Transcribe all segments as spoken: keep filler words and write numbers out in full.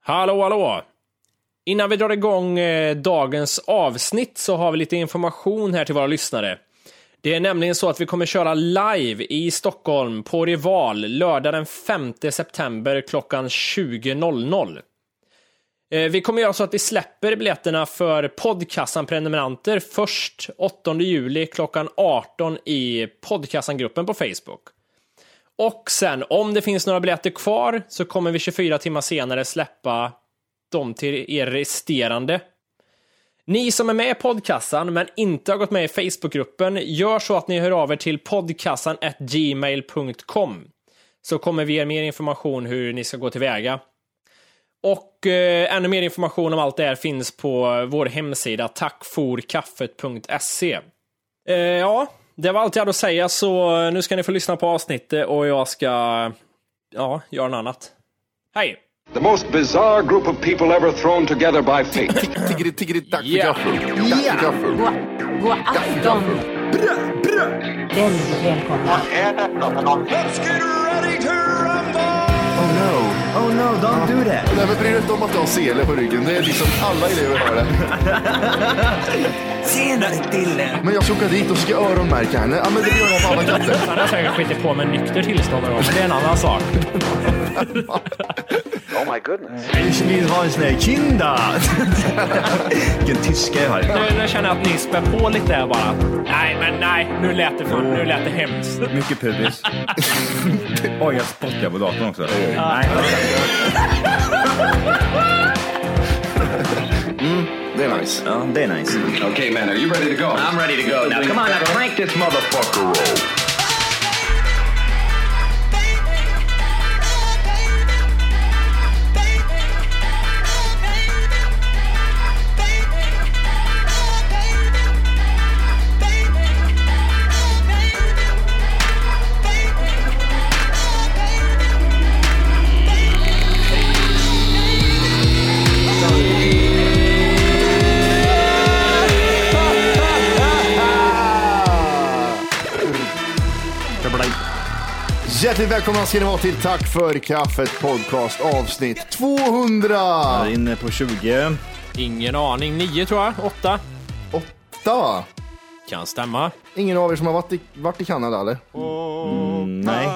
Hallå, hallå! Innan vi drar igång eh, dagens avsnitt så har vi lite information här till våra lyssnare. Det är nämligen så att vi kommer köra live i Stockholm på Rival lördag den femte september klockan tjugo noll noll. Eh, vi kommer göra så att vi släpper biljetterna för Podcastan-prenumeranter först åttonde juli klockan arton i Podcastan-gruppen på Facebook. Och sen, om det finns några biljetter kvar så kommer vi tjugofyra timmar senare släppa dem till er resterande. Ni som är med i Podcastan men inte har gått med i Facebookgruppen, gör så att ni hör av er till podcastan at gmail dot com, så kommer vi ge mer information hur ni ska gå tillväga. Och eh, ännu mer information om allt det här finns på vår hemsida tackforkaffet punkt se. eh, Ja, det var allt jag hade att säga, så nu ska ni få lyssna på avsnittet och jag ska ja, göra något annat. Hej! The most bizarre group of people ever thrown together by fate. Tiggeri, tiggeri, tack för Yeah. gaffel. Tack för gaffel. God afton. Väldigt välkomna. Let's get ready to rumble! Oh no, oh no, don't do that. Nej, men bryr dig inte om att du har sele på ryggen. Det är liksom alla elever har det. Senare Dille. Men jag ska åka dit och ska öronmärka henne. Ja, men det gör jag på alla katter. Han har säkert skitit på med nykter tillstånd då, men det är en annan sak. Oh my goodness. Ich vill ha en sån här kinda. Vilken tyska jag har. Nu, nu känner jag att ni spär på lite där bara. Nej, men nej, nu lät det, fan, nu lät det hemskt. Mycket pubis. Oj, jag spottar på datorn också. Nej. Det är nice. Ja, det är nice. Okay, man, are you ready to go? I'm ready to go. Now come on, now crank this motherfucker roll. Hjärtligt välkomna ska ni vara till Tack för kaffet podcast avsnitt tvåhundra. Jag är inne på tjugo. Ingen aning, nio tror jag, åtta. Åtta. Kan stämma. Ingen av er som har varit i, varit i Kanada eller? Mm, nej.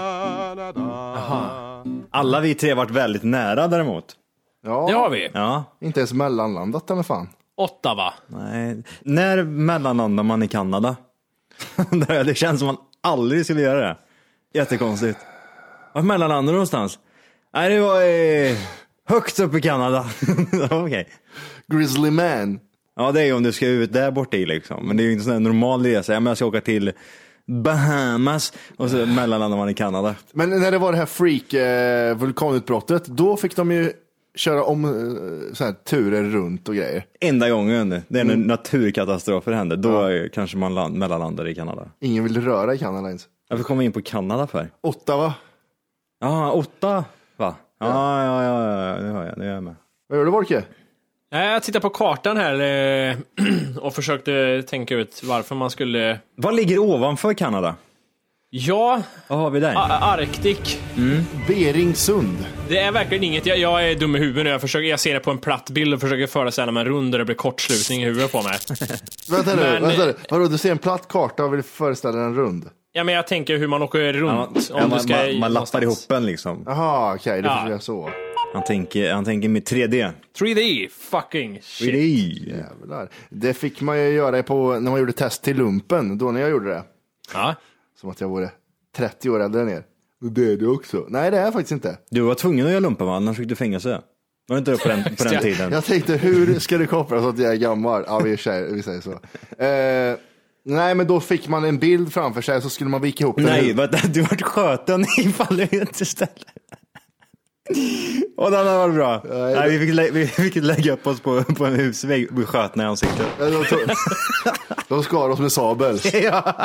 Alla vi tre har varit väldigt nära däremot. Ja, Det har vi. Ja. inte ens mellanlandat eller fan. Åtta va? Nej. När mellanlandar man i Kanada? Det känns som man aldrig skulle göra det. Jättekonstigt. Var mellanlandar du någonstans? Nej, det var eh, högt upp i Kanada. Okej. Okay. Grizzly man. Ja, det är om du ska ut där borta i liksom. Men det är ju inte sån här normal resa. Jag, men jag ska åka till Bahamas och så mellanlandar man i Kanada. Men när det var det här freak eh, vulkanutbrottet, då fick de ju köra om eh, så här, turer runt och grejer. Enda gången det är när Mm. naturkatastrofer händer. Då ja. Kanske man land, mellanlandar i Kanada. Ingen vill röra i Kanada ens. Varför kommer vi in på Kanada för? Åtta va? Ja, åtta va? Ja, ja, ja, ja, det har jag, det gör jag med. Vad gör du Borke? Jag tittar på kartan här eh, och försökte tänka ut varför man skulle... Vad ligger ovanför Kanada? Ja, Vad har vi där? A- Arktik. Beringsund. Det är verkligen inget. Jag, jag är dum i huvudet nu. Jag, försöker, jag ser det på en platt bild och försöker föreställa mig en rund där det blir kortslutning i huvudet på mig. Vänta nu, Men- vänta nu. Vadå, du ser en platt karta och vill föreställa en rund? Ja, men jag tänker hur man åker runt. Ja, om man, du ska man, i- man lappar någonstans. ihop en liksom. Jaha, okej, okay, det Ja. får jag så. Han tänker, han tänker med tre D. tre D, fucking shit. tre D. Jävlar. Det fick man ju göra på när man gjorde test till lumpen, då när jag gjorde det. Ja. Som att jag vore trettio år äldre än er. Och det är du också. Nej, det är jag faktiskt inte. Du var tvungen att göra lumpen va? Annars fick du fängelse. Var det inte det på den, på den tiden? Jag tänkte, hur ska det kopplas att jag är gammal? Ja, vi, säger, vi säger så. Eh, nej, men då fick man en bild framför sig så skulle man vika ihop den. Nej, vänta, du vart sköten ifall du inte ställer. Och den var bra. Nej, Nej, vi, fick lä- vi fick lägga upp oss på, på en husvägg. Vi sköt i ansiktet. De, tog, de skar oss med sabel. Ja.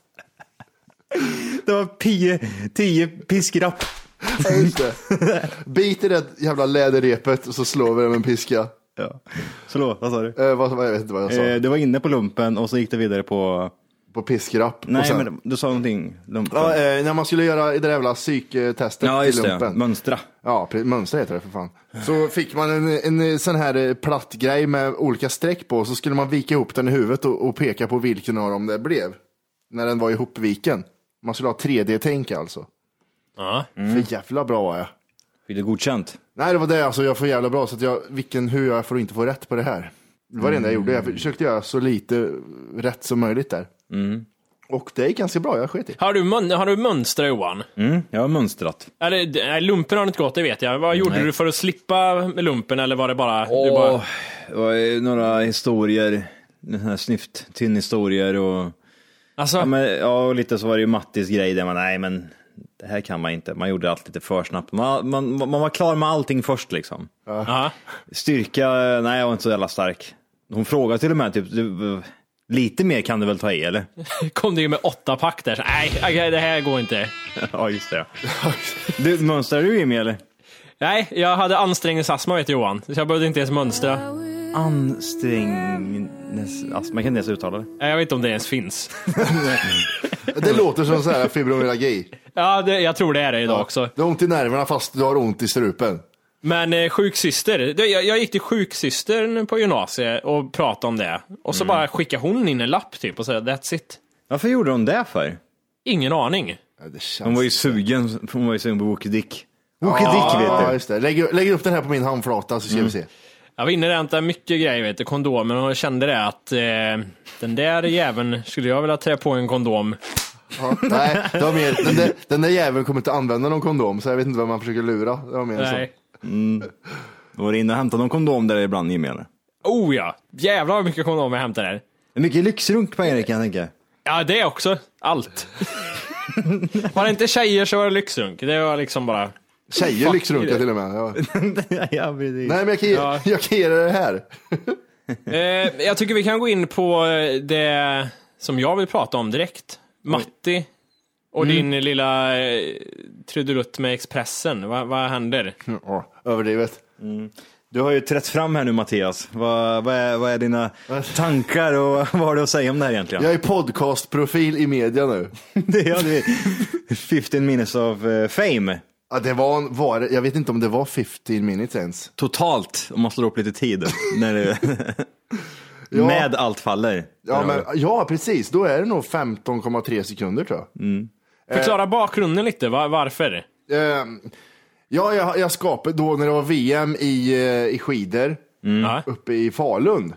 Det var tio, tio piskrapp. Ja, just det. Bit i det jävla läderrepet och så slår vi det med en piska. Ja. Så då, vad sa du? Eh, vad, vad, jag vet inte vad jag sa. Eh, du var inne på lumpen och så gick det vidare på på piskrapp. Nej, sen, men du sa någonting. Lumpen. ja, eh, när man skulle göra det där jävla psyktestet Ja, just till det. lumpen. Mönstra. Ja, pre- mönstra heter det för fan. Så fick man en, en sån här eh, platt grej med olika streck på, så skulle man vika ihop den i huvudet och, och peka på vilken av dem det blev. När den var ihopviken. Man skulle ha tre D-tänk alltså. Ja. Mm. För jävla bra var jag. Fick du godkänt? Nej, det var det, alltså jag får jävla bra, så att jag, vilken, hur jag får inte få rätt på det här. Det var det enda jag gjorde, jag försökte göra så lite rätt som möjligt där. Mm. Och det är ganska bra, jag sket i. Har du, mun- har du mönstrat, Johan? Mm, jag har mönstrat. Eller, nej, lumpen har inte gått, det vet jag. Vad gjorde Nej. du för att slippa med lumpen, eller var det bara... Åh, Du bara... det var ju några historier, den här snyft-tinn-historier och... Alltså, Ja, men, ja, och lite så var det ju Mattis grej där man, nej men det här kan man inte, man gjorde allt lite för snabbt. Man, man, man var klar med allting först liksom. aha. Styrka, nej jag var inte så jävla stark. Hon frågade till och med typ, du, lite mer kan du väl ta i eller? Kom du ju med åtta pack där, så, nej, okej, det här går inte. Ja just det. Du, mönstrar du Jimmy eller? Nej, jag hade ansträngningsastma, vet du, Johan. Så jag behövde inte ens mönstra. Ansträngnings... Alltså, man kan inte ens uttala det. Nej, jag vet inte om det ens finns. Det låter som så här fibromyalgi. Ja, det, jag tror det är det idag Ja. också. Du har ont i nerverna fast du har ont i strupen. Men eh, sjuksyster, det, jag, jag gick till sjuksystern på gymnasiet och pratade om det. Och så bara skickade hon in en lapp typ och sa that's it. Varför gjorde hon det för? Ingen aning. Ja, det känns... Hon var ju sugen, hon var ju sugen på Wookie Dick. Wookie Dick vet Ja, du. just det. Lägg, lägg upp den här på min handflata så ska Mm. vi se. Jag var inne och räntade mycket grejer, vet du, kondomen, och jag kände det att eh, den där jäveln, skulle jag vilja trä på en kondom. Ja, nej, det var mer, den, där, den där jäveln kommer inte använda någon kondom, så jag vet inte vad man försöker lura. Det var mer Nej. så. Var det inne och hämtade någon kondom där ibland Jimmy eller? Oh ja, jävlar vad mycket kondomer jag hämtar där. Det är mycket lyxrunk på Erik kan jag tänka. Ja, det också. Allt. Var det inte tjejer så var det lyxrunk. Det var liksom bara... Tjejer Fuck lyxrunkar det. till och med. Ja. Ja, precis. Nej, men jag kan, ge, Ja. jag kan ge dig det här. Eh, jag tycker vi kan gå in på det som jag vill prata om direkt. Matti och din lilla eh, trudelutt med Expressen. Va, vad händer? Ja, överdrivet. Du har ju trätt fram här nu Mattias. Vad, vad, är, vad är dina tankar och vad har du att säga om det här egentligen? Jag är podcastprofil i media nu. Det är det. femton minutes of uh, fame. Ja, det var, var det, jag vet inte om det var femton minutes ens. Totalt, om man slår upp lite tid. när det, Ja. Med allt faller. Ja, men, ja, precis. Då är det nog femton komma tre sekunder tror jag. Förklara bakgrunden lite. Va, varför? Eh, ja, jag, jag skapade då när det var V M i, eh, i skidor Ja. uppe i Falun.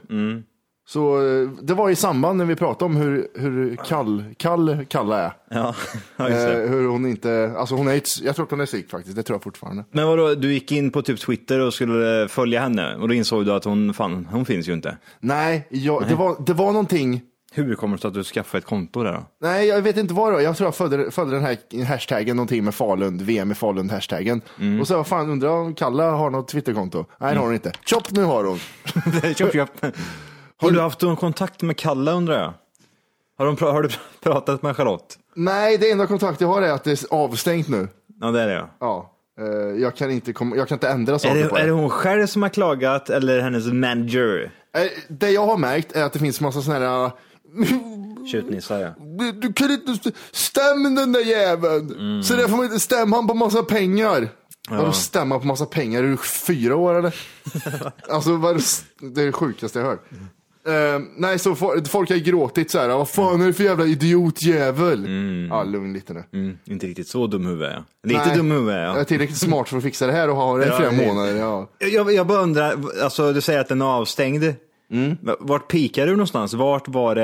Så eh, det var i samband när vi pratade om hur, hur kall, kall Kalla är. Ja, ja, just det. Eh, hur hon inte, alltså hon är, ett- jag tror att hon är psyk faktiskt, det tror jag fortfarande. Men vadå, du gick in på typ Twitter och skulle följa henne och då insåg du att hon, fan, hon finns ju inte. Nej, jag, Det, var, det var någonting, Hur kommer det sig att du skaffade ett konto där då? nej jag vet inte vad det var, jag tror jag följde, följde den här hashtaggen, någonting med Falun, V M i Falun hashtaggen. Och så vad fan, undrar om Kalla har något Twitterkonto? Nej, det har hon inte. Chop, nu har hon. Köp, köp. Har du haft någon kontakt med Kalla undrar jag? Har, de, pra- har du pratat med Charlotte? Nej, det enda kontakt jag har är att det är avstängt nu. Ja, det är det ja. Ja, eh, jag kan inte, komma, jag kan inte ändra Är saker det, på är det det. hon själv som har klagat eller hennes manager? Eh, Det jag har märkt är att det finns massa sådana här, Tjutnissar ja. du, du kan inte st- stämma den där jäveln. Så där får man inte stämma han på massa pengar. Ja. Vadå stämma på massa pengar? Är du fyra år eller? Alltså vad, det är det sjukaste jag hört. Uh, nej, så for, folk har gråtit så här. Vad fan är det för jävla idiotjävel? Mm. Ja, lugn lite nu. Mm, inte riktigt så dum huvud är jag. Lite Nej, dum huvud är Jag är jag. tillräckligt smart för att fixa det här och ha det i Ja, flera det- månader. Ja. jag. Jag bara undrar, alltså du säger att den är avstängd. Mm. Vart pikade du någonstans? Vart var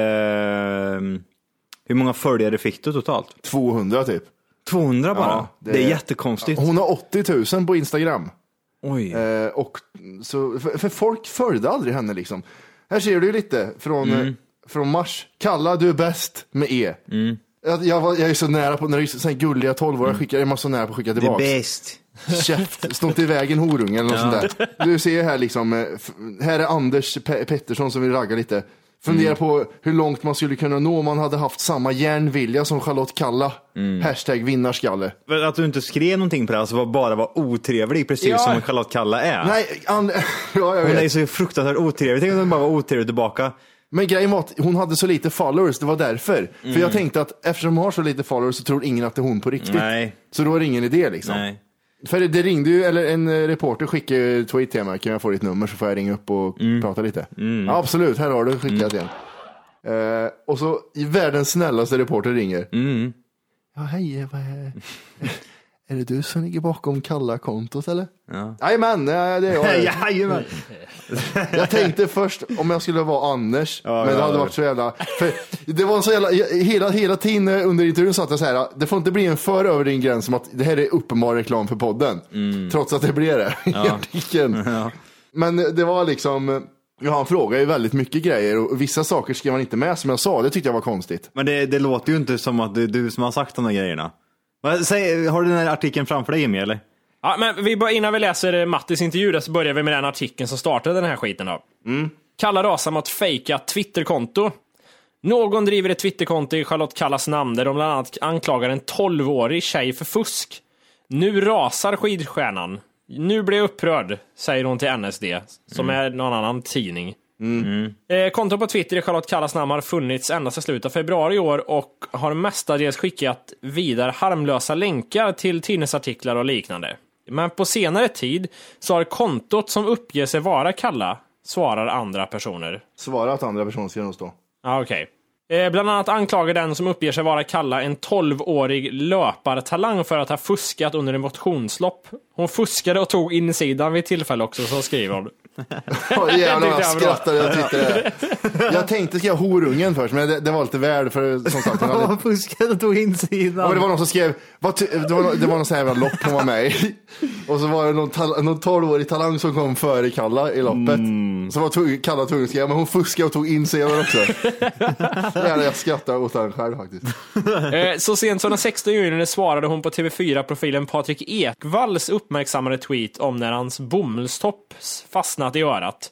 det... Hur många följare fick du totalt? tvåhundra typ. tvåhundra bara? Ja, det... det- är jättekonstigt. Hon har åttio tusen på Instagram. Oj. Eh, och så, för, för folk följde aldrig henne liksom. Här ser du ju lite från, Mm. eh, från mars. Kalla, du är bäst med E. Jag, jag, var, jag är så nära på, när det är så här gulliga tolv år, jag skickar, jag är så nära på att skicka Det är tillbaka. bäst. Käft, stå inte i vägen horung eller något sånt där. Du ser här liksom, eh, f- här är Anders Pe- Pettersson som vill ragga lite. Fundera på hur långt man skulle kunna nå om man hade haft samma järnvilja som Charlotte Kalla. Hashtag vinnarskalle. Att du inte skrev någonting på det, alltså var bara var otrevlig, precis Ja. som Charlotte Kalla är. Nej, an- ja, jag Hon är ju vet. så fruktansvärt otrevlig. Tänk om hon bara var otrevlig tillbaka. Men grejen var att hon hade så lite followers, det var därför. Mm. För jag tänkte att eftersom hon har så lite followers så tror ingen att det är hon på riktigt. Nej. Så då är det ingen idé liksom. Nej. För det ringde ju, eller en reporter skickade ju tweet till mig, kan jag få ditt nummer så får jag ringa upp och mm. prata lite. Mm. Ja, absolut, här har du skickat mm. igen. Uh, och så i världens snällaste reporter ringer. Mm. Ja, hej, vad är... Är det du som ligger bakom kalla kontot eller? Ja. Jajamän, det är jag. Jajamän. Jag tänkte först om jag skulle vara Anders, ja, men det hade ja, varit så jävla... För det var så jävla... Hela, hela tiden under intervjun satt jag så här, det får inte bli en för över din gräns som att det här är uppenbar reklam för podden. Mm. Trots att det blir det i ja. artikeln. Ja. Men det var liksom... Ja, han frågar ju väldigt mycket grejer och vissa saker skrev man inte med som jag sa, det tyckte jag var konstigt. Men det, det låter ju inte som att det är du som har sagt de här grejerna. Säg, har du den här artikeln framför dig, Jimmy, eller? Ja, men vi bara, innan vi läser Mattis intervju så börjar vi med den artikeln som startade den här skiten då. Mm. Kalla rasar mot fejka Twitterkonto. Någon driver ett Twitterkonto i Charlotte Kallas namn där de bland annat anklagar en tolvårig tjej för fusk. Nu rasar skidstjärnan. Nu blir jag upprörd, säger hon till N S D, som mm. är någon annan tidning. Mm. Eh, konto på Twitter i Charlotte Kallas namn har funnits ända sedan slutet av februari i år och har mestadels skickat vidare harmlösa länkar till tidningsartiklar och liknande. Men på senare tid så har kontot som uppger sig vara Kalla svarar andra personer. Svarar att andra personer ska nog stå. Ja, ah, okej. Okay. Eh, bland annat anklagar den som uppger sig vara Kalla en tolvårig löpartalang för att ha fuskat under en motionslopp. Hon fuskade och tog insidan vid tillfälle också, så skriver hon. Oh, jävlar, jag skrattade, jag tittade. Jag tänkte ska jag horungen först, men det, det var lite värd för som sagt. Hon hade... fuskade och tog insidan. Och det var någon som skrev, vad ty... det var, det var någon sån här lopp hon var med i. Och så var det någon, tal... någon tolvårig talang som kom före Kalla i loppet. Mm. Så var tog... Kalla tvungen skrev, men hon fuskade och tog insidan också. Jävlar, jag skrattade åt den själv faktiskt. eh, så sent som den sextonde juni svarade hon på T V fyra-profilen Patrik Ekvalls uppmärksammade tweet om när hans bomullstopp fastnat i örat.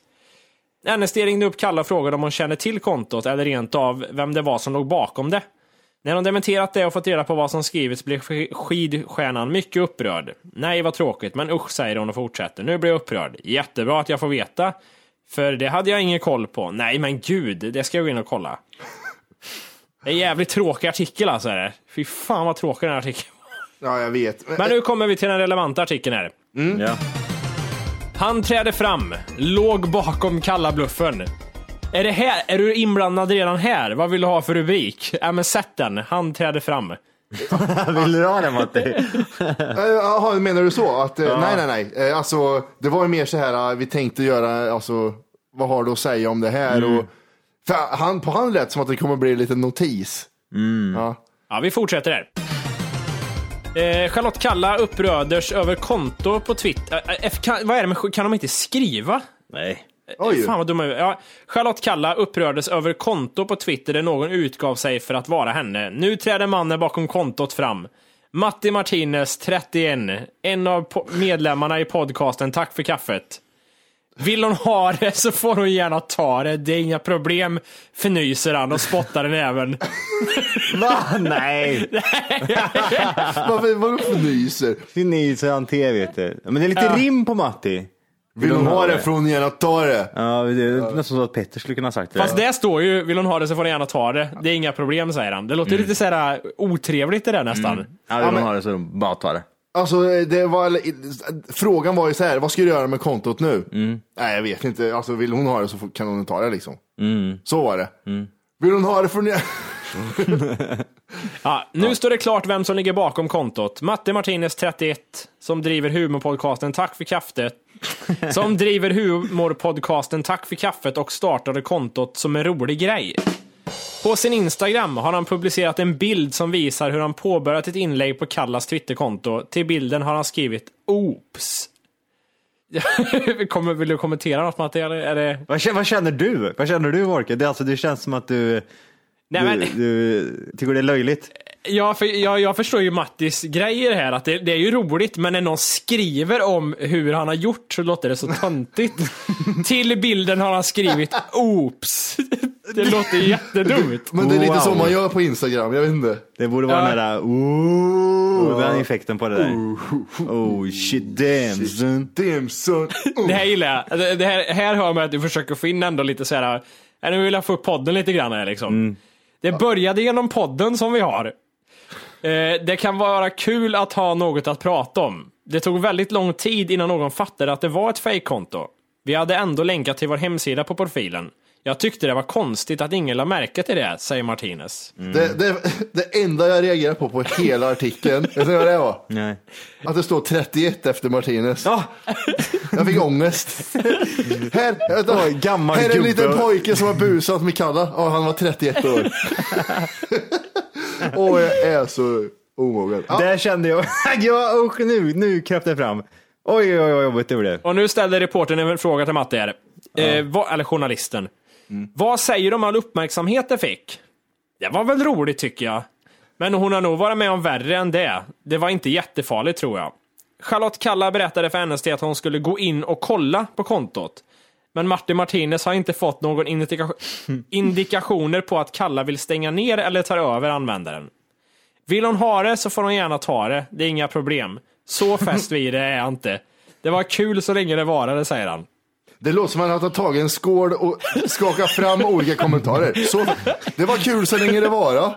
N S D ringde upp Kalla och frågade om hon kände till kontot eller rent av vem det var som låg bakom det. När hon dementerat det och fått reda på vad som skrivits blev skidstjärnan mycket upprörd. Nej, vad tråkigt, men usch, säger hon och fortsätter. Nu blir jag upprörd. Jättebra att jag får veta, för det hade jag ingen koll på. Nej, men gud, det ska jag gå in och kolla. Det är en jävligt tråkig artikel alltså, är det. Fy fan vad tråkig den här artikeln. Ja, jag vet. Men nu kommer vi till den relevanta artikeln här. Mm. Ja. Han trädde fram, låg bakom Kalla-bluffen. Är det här, är du inblandad redan här? Vad vill du ha för rubrik? Ja, men sätt den. Han trädde fram. Vill du ha den, Matti? Jaha, menar du så? Att, ja. Nej, nej, nej. Alltså, det var ju mer så här, vi tänkte göra, alltså, vad har du att säga om det här? Mm. Och, för han, på han lät som att det kommer bli lite notis. Mm. Ja. Ja, vi fortsätter här. Eh, Charlotte Kalla uppröders över konto på Twitter. Eh, kan, vad är det med, kan de inte skriva? Nej. Oj. Fan vad dumma. Ja, Charlotte Kalla upprördes över konto på Twitter där någon utgav sig för att vara henne. Nu träder mannen bakom kontot fram. Matti Martinez, trettioett, en av medlemmarna i podcasten Tack för kaffet. Vill hon ha det så får hon gärna ta det. Det är inga problem, förnyser han och spottar den även. Va? Nej. Varför vadå förnyser? Förnyser han te, vet du. Men det är lite ja. rim på Matti. Vill hon ha det får hon gärna ta det. Ja, det är nästan så att Petter skulle kunna ha sagt det. Fast det står ju, vill hon ha det så får hon gärna ta det. Det är inga problem, säger han. Det låter mm. lite så här otrevligt det där nästan. Mm. Ja, vill hon ja, men... ha det så de bara tar det. Alltså, det var, frågan var ju så här, vad ska du göra med kontot nu? Mm. Nej, jag vet inte. Alltså, vill hon ha det så kan hon ta det liksom. Mm. Så var det. Mm. Vill hon ha det för ni... Ja, nu ja. står det klart vem som ligger bakom kontot. Matti Martinez, trettioett, som driver humorpodcasten Tack för kaffet. Som driver humorpodcasten Tack för kaffet och startade kontot som en rolig grej. På sin Instagram har han publicerat en bild som visar hur han påbörjat ett inlägg på Kallas Twitterkonto. Till bilden har han skrivit Oops. Kommer, vill du kommentera något, Matti? Eller är det... vad, vad känner du? Vad känner du, Orke? Det, alltså, det känns som att du... Nej, men... du, du tycker det är löjligt. Ja, för jag, jag förstår ju Mattis grejer här, att det, det är ju roligt, men när någon skriver om hur han har gjort så låter det så töntigt. Till bilden har han skrivit Oops. Det låter jättedumt. Men det är lite wow. som man gör på Instagram, jag vet inte. Det borde vara ja. den där oh, den effekten på det där. Oh shit, damn son. Damn son. Oh. Det här gillar jag. Det här, här hör man att du försöker finna ändå lite så här Äh, nu vill jag få upp podden lite grann här liksom. Mm. Det började genom podden som vi har. Eh, det kan vara kul att ha något att prata om. Det tog väldigt lång tid innan någon fattade att det var ett fake-konto. Vi hade ändå länkat till vår hemsida på profilen. Jag tyckte det var konstigt att ingen la märke till det, säger Martinez. Mm. Det, det, det enda jag reagerar på på hela artikeln, vet du vad det var? Nej. Att det står trettioett efter Martinez. Ja. Jag fick ångest. Här, vänta, oh, gammal här är en gubbe. liten pojke som har busat med Kalla. Ja, han var trettioett år. Och jag är så omogen. Ja. Där kände jag, ja, och nu, nu kröp det fram. Oj, oj, oj, jobbigt det blev. Och nu ställer reportern en fråga till Matte här. Ja. Eh, vad, eller journalisten. Mm. Vad säger de om all uppmärksamhet det fick? Det var väl roligt tycker jag. Men hon har nog varit med om värre än det. Det var inte jättefarligt tror jag. Charlotte Kalla berättade för N S D att hon skulle gå in och kolla på kontot. Men Martin Martinez har inte fått någon indika- indikationer på att Kalla vill stänga ner eller ta över användaren. Vill hon ha det så får hon gärna ta det. Det är inga problem. Så fäst vid det är jag inte. Det var kul så länge det varade, säger han. Det låter som att han har tagit en skål och skakat fram olika kommentarer. Så, det var kul så länge det var.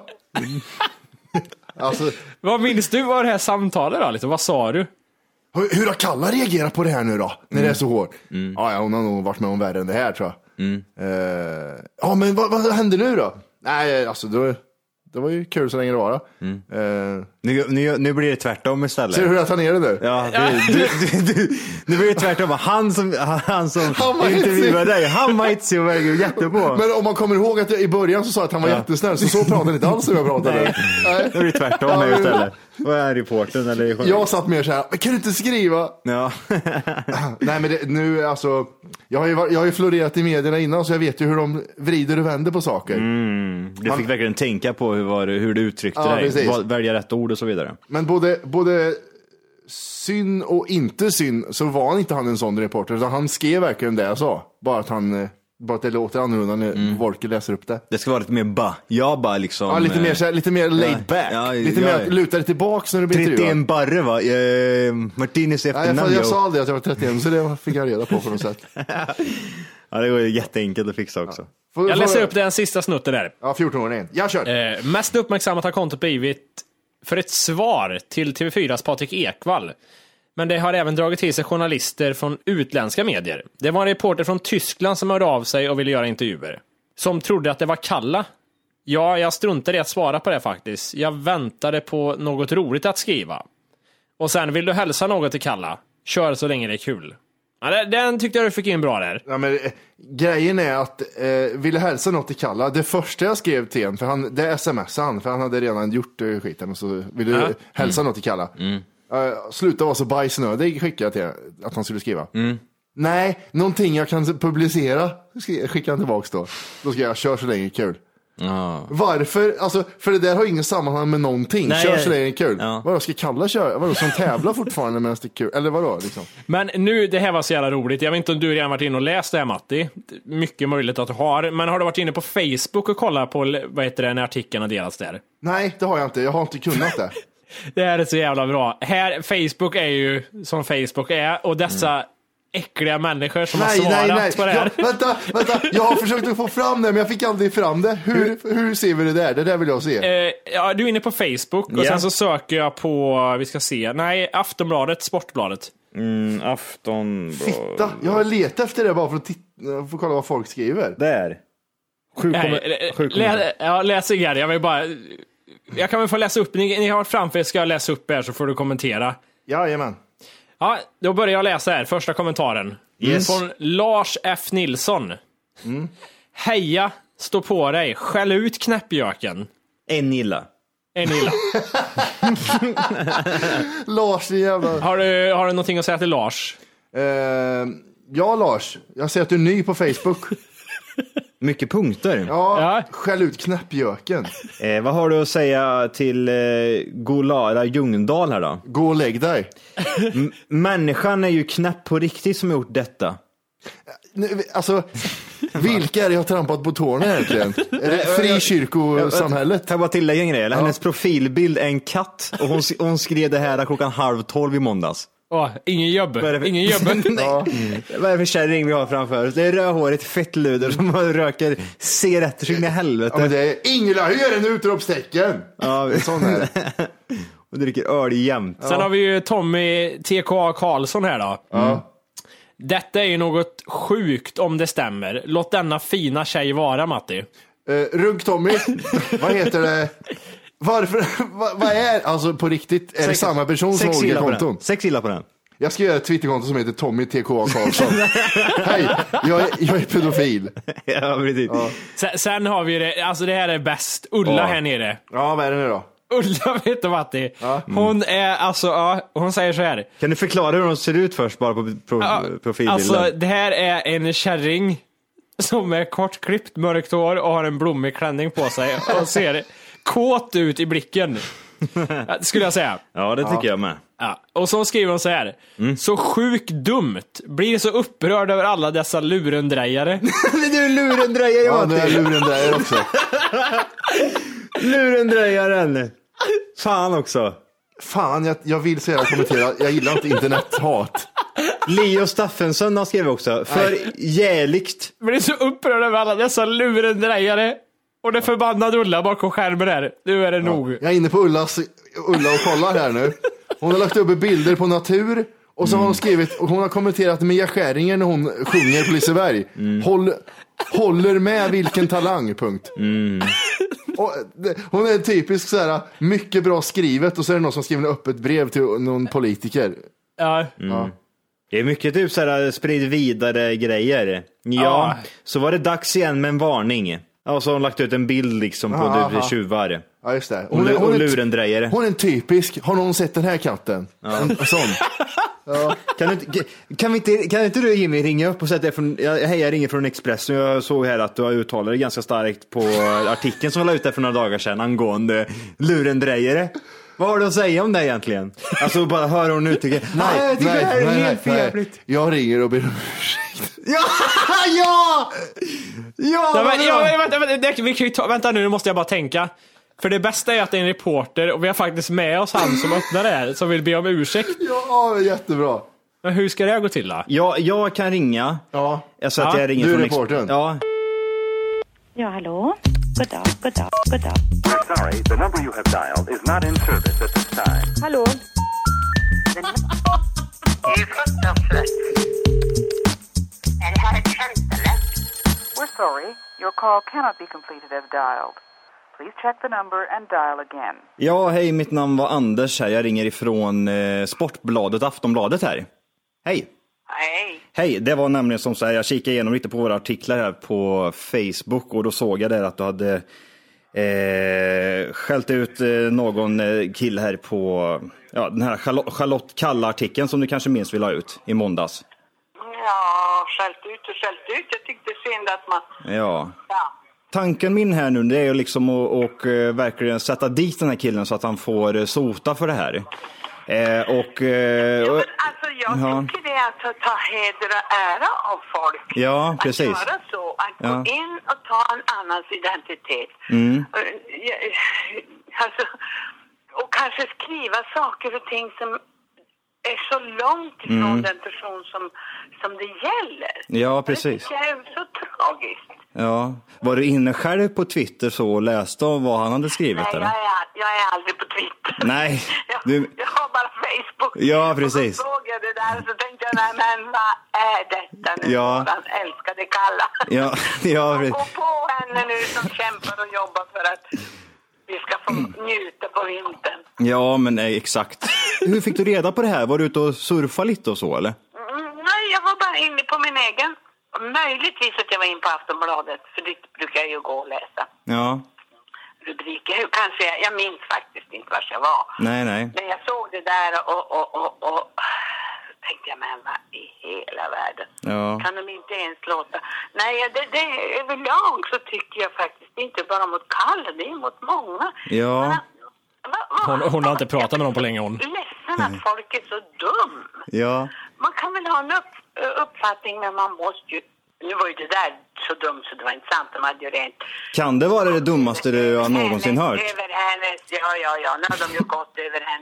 Alltså, vad minns du av det här samtalet då? Liksom, vad sa du? Hur, hur har Kalla reagerat på det här nu då? När mm. det är så hårt? Mm. Ja, hon har nog varit med om värre än det här tror jag. Mm. Uh, ja, men vad, vad händer nu då? Nej, alltså då... Det var ju kul så länge det var. Mm. Uh, nu, nu, nu blir det tvärtom istället. Ser du hur jag tar ner det nu? Ja, du, du, du, du, nu blir det tvärtom. Han som, han som intervjuade dig, han var inte så jättebra. Men om man kommer ihåg att jag i början så sa att han var ja. jättesnäll, så så pratade inte alls som jag pratade. Nej, Nej. Det blir tvärtom ja, nu istället. Vad är reporten? Eller? Jag satt mer så här, men kan du inte skriva? Ja. Nej, men det, nu alltså, jag har, ju, jag har ju florerat i medierna innan så jag vet ju hur de vrider och vänder på saker. Mm. Du Man, fick verkligen tänka på hur, var, hur du uttryckte ja, dig, Val, välja rätt ord och så vidare. Men både, både synd och inte synd så var han inte han en sån reporter, utan han skrev verkligen det jag sa. Bara att han... Bara att det låter annorlunda när mm. Volker läser upp det. Det ska vara lite mer ba. Jag bara liksom... Ja, lite mer, så, lite mer laid ja, back. Ja, lite ja, mer ja. luta dig tillbaks när du blir intervjuad. trettioen barre va? Eh, Martinez efternamn. Ja, jag, jag sa aldrig att jag var trettioen, så det fick jag reda på på något sätt. Ja, det var jätteenkelt att fixa också. Ja. Får, jag läser får... upp den sista snutten där. Ja, fjorton år igen. Jag kör. Eh, mest uppmärksammat har kontot blivit för ett svar till T V fyras Patrik Ekwall. Men det har även dragit till sig journalister från utländska medier. Det var en reporter från Tyskland som hörde av sig och ville göra intervjuer. Som trodde att det var Kalla. Ja, jag struntade i att svara på det faktiskt. Jag väntade på något roligt att skriva. Och sen, vill du hälsa något till Kalla? Kör så länge det är kul. Ja, den tyckte jag du fick in bra där. Ja, men, eh, grejen är att eh, vill du hälsa något till Kalla? Det första jag skrev till en, för han, det smsade han, för han hade redan gjort uh, skiten. Och så vill du ja. hälsa mm. något till Kalla? Mm. Uh, sluta vara så bajsnödig, skickade jag till att han skulle skriva. Mm. Nej, någonting jag kan publicera skickar han tillbaks då. Då ska jag köra så länge kul. Oh. Varför? Alltså, för det där har ingen sammanhang med någonting. Nej, kör så länge kul. Ja. Vadå, ska Kalla köra? Vadå, som tävlar fortfarande medan det är kul? Eller vadå liksom? Men nu, det här var så jävla roligt. Jag vet inte om du redan varit inne och läst det här, Matti. Mycket möjligt att du har. Men har du varit inne på Facebook och kollat på, vad heter det, när artikeln har delats där? Nej, det har jag inte. Jag har inte kunnat det. Det här är så jävla bra. Här, Facebook är ju som Facebook är. Och dessa mm. äckliga människor som nej, har svarat nej, nej. på det här. Ja, vänta, vänta. Jag har försökt att få fram det, men jag fick aldrig fram det. Hur, hur ser vi det där? Det där vill jag se. Eh, ja, du är inne på Facebook. Och yeah. sen så söker jag på, vi ska se. Nej, Aftonbladet, Sportbladet. Mm, Aftonbladet. Fitta, jag har letat efter det bara för att titta, för att kolla vad folk skriver. Där. Sju nej, kommer, lä, ja, läs igen. Jag vill bara... Jag kan väl få läsa upp, ni, ni har varit framför, ska jag läsa upp här så får du kommentera. Jajamän. Ja, då börjar jag läsa här, första kommentaren. Yes. Från Lars F. Nilsson. Mm. Heja, stå på dig, skäll ut knäppjöken. En illa. En illa. Lars, jävla... Har du, har du någonting att säga till Lars? Uh, ja, Lars. Jag ser att du är ny på Facebook. Mycket punkter. Ja, ja. Skäll ut knäppjöken. Eh, vad har du att säga till eh, Golara Ljungdahl här då? Gå och lägg dig. M- människan är ju knäpp på riktigt som har gjort detta. Alltså, vilka är det jag har trampat på tårna egentligen? Är det frikyrkosamhället? Kan jag bara tillägga en grej? Hennes ja. profilbild är en katt och hon, hon skrev det här klockan halv tolv i måndags. Åh, ingen jobb. för... Ingen jobb. Ja. Vad är det för kärring vi har framför oss? Det är rödhårigt fettluder som röker ser efter sig in i helvete. Ja, men det är Ingela, hur gör en utropstecken? Ja, sån här. Och dricker öl jämt. Sen ja. har vi ju Tommy T K A Karlsson här då. Ja. Detta är ju något sjukt om det stämmer. Låt denna fina tjej vara, Matti. Uh, Rugg Tommy, vad heter det? Varför, vad, vad är, alltså på riktigt, är sex, det samma person som har olika konton? Sex gillar på den. Jag ska göra ett Twitterkonto som heter Tommy T K A Karlsson. Hej, jag är, jag är pedofil. Ja, precis. Ja. Sen, sen har vi det, alltså det här är bäst. Ulla ja. här nere. Ja, vad är det nu då? Ulla, vet du Matti? Ja. Hon är alltså, ja, hon säger så här. Kan du förklara hur hon ser ut först bara på pro, ja, profilbilden? Alltså det här är en kärring som är kortklippt, mörkt hår och har en blommig klänning på sig och ser kåt ut i blicken. Skulle jag säga. Ja, det tycker ja. jag med. Ja. Och så skriver hon så här. Mm. Så sjukt dumt. Blir så upprörd över alla dessa lurendrejare. Du är lurendrejare, ja, nu är jag lurendrejare också. Lurendrejaren. Fan också. Fan, jag, jag vill säga och kommentera. Jag gillar inte internethat. Leo Staffensson har skrivit också. För jävligt. Blir så upprörd över alla dessa lurendrejare. Och det förbannade Ulla bakom skärmen där. Nu är det ja. nog. Jag är inne på Ullas, Ulla och kollar här nu. Hon har lagt upp bilder på natur. Och så mm. har hon skrivit, och hon har kommenterat Mia Skäringer när hon sjunger på Liseberg. Mm. Håll, håller med vilken talang, punkt. Mm. Och det, hon är typisk så här, mycket bra skrivet. Och så är det någon som skriver ett öppet brev till någon politiker. Ja. Mm. ja. Det är mycket typ så här sprid vidare grejer. Ja, ja, så var det dags igen med en varning. Ja, och så har hon lagt ut en bild liksom på aha. tjuvar. Ja, just det. Hon, hon, är, hon, lurendrejare. Hon är en typisk. Har någon sett den här katten? Ja. En, en sån. Ja. Kan, du, kan, vi inte, kan inte du Jimmy ringa upp och säga det från, jag, hej, jag ringer från Expressen. Jag såg här att du har uttalat det ganska starkt på artikeln som var ute för några dagar sedan angående lurendrejare. Vad har du att säga om det egentligen? Alltså bara hör hon uttrycker. Nej, jag tycker nej, det här är nej, helt förjävligt. Jag ringer och ber om ursäkt. Ja! Ja! Ja! ja, men, ja vänta, vänta, vi kan ju ta, vänta nu, nu måste jag bara tänka. För det bästa är att det är en reporter och vi har faktiskt med oss han som öppnar det här som vill be om ursäkt. Ja, jättebra. Men hur ska det gå till då? Ja, jag kan ringa. Ja. Alltså att ja, jag ringer du är från reportern. Ja. Ja, hallå? God dag, god dag, god dag. We're sorry, the number you have dialed is not in service at this time. Hallå? Det är fruktansvärt. Är det här ett skämt eller? We're sorry, your call cannot be completed as dialed. Please check the number and dial again. Ja, hej, mitt namn var Anders här. Jag ringer ifrån eh, Sportbladet, Aftonbladet här. Hej. Hej. Hej, det var nämligen som så här, jag kikade igenom lite på våra artiklar här på Facebook och då såg jag där att du hade eh, skällt ut eh, någon eh, kille här på ja, den här Charlotte, Charlotte Kalla-artikeln som du kanske minns vi la ut i måndags. Ja, skällt ut och skällt ut. Jag tyckte synd att man... Ja. Ja. Tanken min här nu det är ju liksom att och, uh, verkligen sätta dit den här killen så att han får uh, sota för det här. Eh, och, uh, ja, men alltså jag ja. tycker det är att ta heder och ära av folk. Ja, precis. Att göra så, att ja. gå in och ta en annans identitet. Mm. Alltså, och kanske skriva saker och ting som är så långt ifrån mm. den person som, som det gäller. Ja, precis. Det är så tragiskt. Ja. Var du inne själv på Twitter så och läste om vad han hade skrivit? Nej, eller? Jag, är, jag är aldrig på Twitter. Nej. Jag, Du... jag har bara Facebook. Ja, precis. Och så såg jag det där och så tänkte jag, nej men vad är detta nu? Ja. Han älskade Kalla. Ja, ja. Gå på henne nu som kämpar och jobbar för att vi ska få njuta på vintern. Ja, men nej, exakt. Hur fick du reda på det här? Var du ute och surfa lite och så, eller? Mm, nej, jag var bara inne på min egen. Möjligtvis att jag var inne på Aftonbladet, för det brukar jag ju gå och läsa. Ja. Rubriker, hur kanske jag, jag minns faktiskt inte var jag var. Nej, nej. Men jag såg det där och, och, och, och tänkte jag, men vad i hela världen? Ja. Kan de inte ens låta? Nej, det, det, överlag så tycker jag faktiskt inte bara mot Kalle, det är mot många. Ja. Men, va, va, hon, hon har inte pratat med någon på länge, hon. Ledsen att folk är så dum. Ja. Man kan väl ha en upp, uppfattning, men man måste ju... Nu var ju det där så dumt så det var inte sant. De hade ju rent... Kan det vara det dummaste du har någonsin hört? Över hennes, ja, ja, ja. Nu har de ju gått över hennes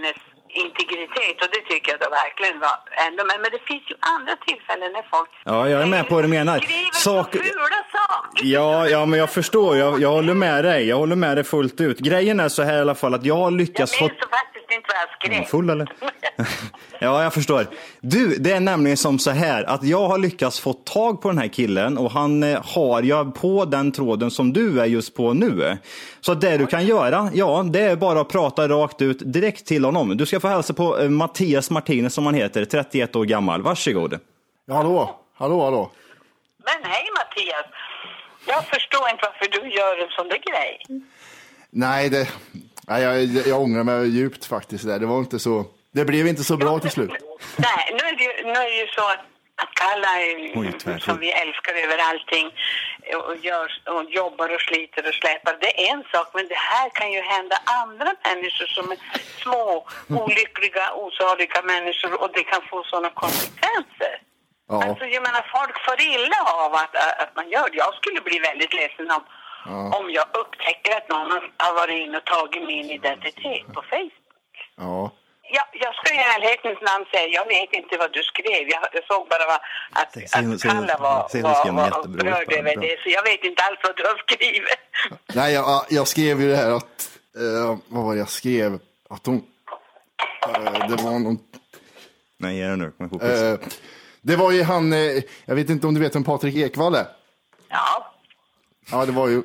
integritet, och det tycker jag då verkligen var ändå. Men, men det finns ju andra tillfällen när folk Ja, jag är med på vad du menar. skriver Sak- så fula saker. Ja, ja, men jag förstår. Jag, jag håller med dig. Jag håller med dig fullt ut. Grejen är så här i alla fall att jag har lyckats Jag få... minns så faktiskt inte vad jag skrev. Full eller? Ja, jag förstår. Du, det är nämligen som så här att jag har lyckats få tag på den här killen och han eh, har jag på den tråden som du är just på nu. Så det du kan göra, ja, det är bara att prata rakt ut direkt till honom. Du ska få hälsa på eh, Mattias Martinez som han heter, trettioett år gammal. Varsågod. Ja, hallå, hallå, hallå. Men hej Mattias, jag förstår inte varför du gör en sån där grej. Nej, det, nej jag, jag ångrar mig djupt faktiskt där. Det var inte så, det blev inte så bra till slut. Nej, nu är det ju, nu är det ju så att, att Kalla är, Oj, som vi älskar över allting och, gör, och jobbar och sliter och släpar. Det är en sak, men det här kan ju hända andra människor som är små, olyckliga, osaliga människor, och det kan få sådana konsekvenser. Ja. Alltså, jag menar, folk får illa av att, att man gör det. Jag skulle bli väldigt ledsen om, Ja. om jag upptäcker att någon har varit inne och tagit min identitet på Facebook. Ja. Ja, jag ska i ärlighetens namn säga, jag vet inte vad du skrev. Jag, jag såg bara vad, att, Se- att se- Kalla var, se- se- var, se- var jättebra upprörd ut, över bra. det. Så jag vet inte alls vad du har skrivit. Nej, jag, jag skrev ju det här att, eh, vad var det jag skrev? Att hon, eh, det var någon, Nej, ge det nu. Kom ihåg. eh, det var ju han, eh, jag vet inte om du vet vem Patrik Ekwall är? Ja. Ja, det var ju,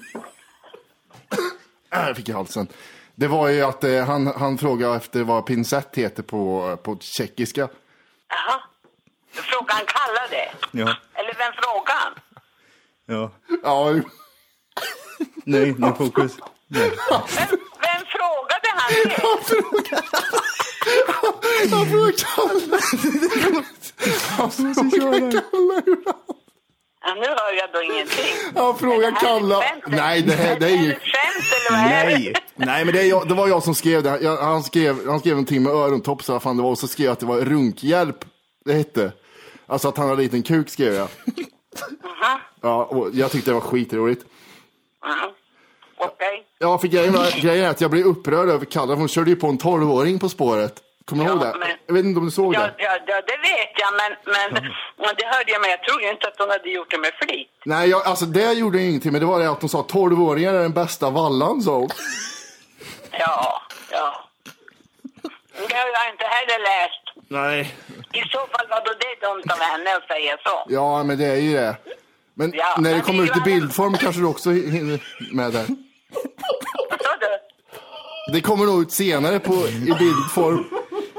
äh, jag fick i halsen. Det var ju att eh, han, han frågade efter vad pinsett heter på, på tjeckiska. Jaha. Frågan Kalla det. Ja. Eller vem frågar han? Ja. Ja, Nej, nu fokus. Vem, vem frågade han det? han frågade, han frågade Kalle. Han frågade Kalle hur han... Ja, nu hör jag då ingenting. Han frågar Kalla. Nej, det här det är Är det ju... ett skämt eller vad är det? Nej, nej men det, är jag, det var jag som skrev det. Jag, han, skrev, han skrev någonting med örontopp så vad fan det var. Och så skrev jag att det var runkhjälp det hette. Alltså att han hade en liten kuk skrev jag. Mhm. Ja, och jag tyckte det var skitroligt. Mhm. Okej. Ja, för grejen, var, grejen är att jag blev upprörd över Kalla. Hon körde ju på en tolvåring på spåret. Kommer du Ja, ihåg det? men- Jag vet inte om du såg Ja, det. ja, ja, det vet jag, men, men men det hörde jag, men jag tror ju inte att hon hade gjort det med flit. Nej, jag, alltså det gjorde ingenting. Men det var det att hon sa tolvåringar är den bästa vallan, så. Ja, ja. Det har jag inte heller läst. Nej. I så fall var då det dumt av henne att säga så. Ja, men det är ju det. Men Ja, när det men kommer vi ut i var- bildform kanske du också hinner med det. Vad sa du? Det kommer nog ut senare på, i bildform.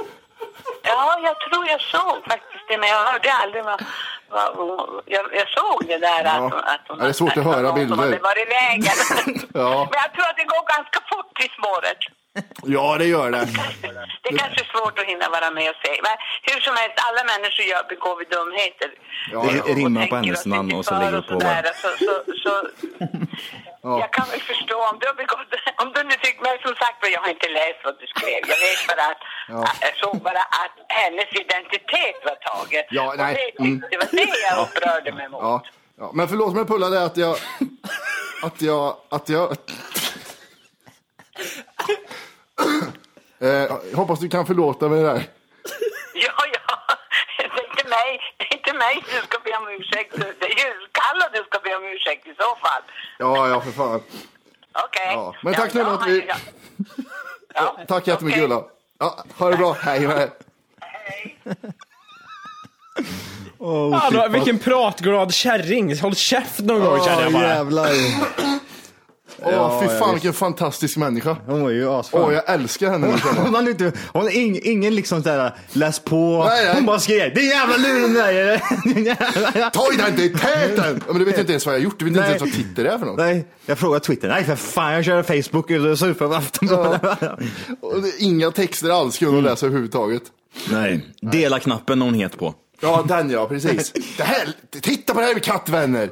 Ja, jag tror jag såg faktiskt det, men jag hörde aldrig vad... vad jag, jag såg det där att, Ja. att hon Ja, det är svårt att höra någon bilder. som hade varit i vägen. Ja. Men jag tror att det går ganska fort i spåret. Ja, det gör det. Det är kanske svårt att hinna vara med och se. Men hur som helst, alla människor gör, begår vi dumheter. Ja, Det ja. rimmar Och på tänker hennes oss namn inte och så för lägger och du på sådär. bara. Så, så, så, Jag kan väl förstå om du har begått, om du nu tycker, men som sagt jag har inte läst vad du skrev. Jag vet bara att, Ja. att jag såg bara att hennes identitet var tagen. Ja, Och nej. det, Mm. det var det jag upprörde mig mot. Ja, ja. Men förlåt mig Pulla, det är att jag... Att jag... Att jag... eh, jag hoppas du kan förlåta mig där. Ja, ja. Det är inte mig, det är inte mig du ska be om ursäkt. Det är ju Kalla du ska be om ursäkt i så fall. Ja, ja, för fan. Okej. Ja. Men tack ja, nu ja, att vi... ja. Ja, tack jättemycket okej. Ulla. Ja, ha det bra. Hej med dig. Oh, Ja, då, vilken pratglad kärring. Håll käft någon gång känner jag bara. jävlar. Åh, Ja, fy ja, fan visst. vilken fantastisk människa. Hon var ju asfan. Åh, jag älskar henne. Hon, hon har inte, hon har ing, ingen liksom sådär läs på. Nej, nej. Hon bara skrev, det är jävla luren där. Ta identiteten! Ja, men du vet inte ens vad jag har gjort. Du vet inte Nej. ens vad Twitter är för något. Nej, jag frågar Twitter. Nej för fan, jag kör Facebook och surfar på Aftonbladet. Och det är inga texter alls kunde hon läsa överhuvudtaget. Nej, dela-knappen hon het på. Ja, den ja, precis. Det här, titta på det här med kattvänner.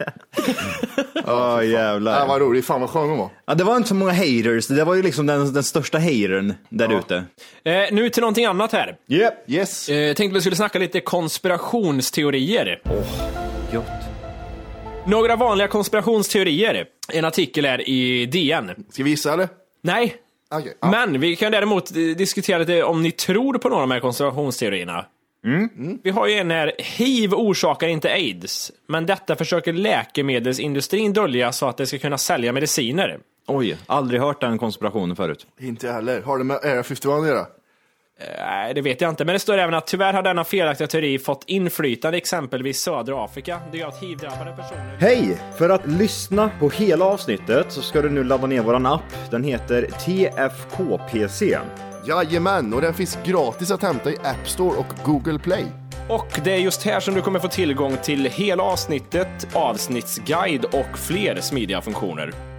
Åh oh, jävlar. Ja, vad roligt. Fan vad skön hon var. Ja, det var inte så många haters. Det var ju liksom den, den största hatern där Ja. ute. Eh, nu till någonting annat här. Yep. Yes. Eh, tänkte vi skulle snacka lite konspirationsteorier. Gött. Några vanliga konspirationsteorier. En artikel är i D N. Ska vi gissa eller? Nej, Okay, ja. Men vi kan däremot diskutera lite om ni tror på några av de här konspirationsteorierna. Mm. Mm. Vi har ju en här, H I V orsakar inte AIDS, men detta försöker läkemedelsindustrin dölja så att det ska kunna sälja mediciner. Oj, aldrig hört den konspirationen förut. Inte jag heller. Har det med Area femtioett att göra? Nej, det vet jag inte. Men det står även att tyvärr har denna felaktiga teori fått inflytande exempelvis södra Afrika. Det gör att H I V-drabbade personer... Hej! För att lyssna på hela avsnittet så ska du nu ladda ner våran app. Den heter T F K P C. Jajamän, och den finns gratis att hämta i App Store och Google Play. Och det är just här som du kommer få tillgång till hela avsnittet, avsnittsguide och fler smidiga funktioner.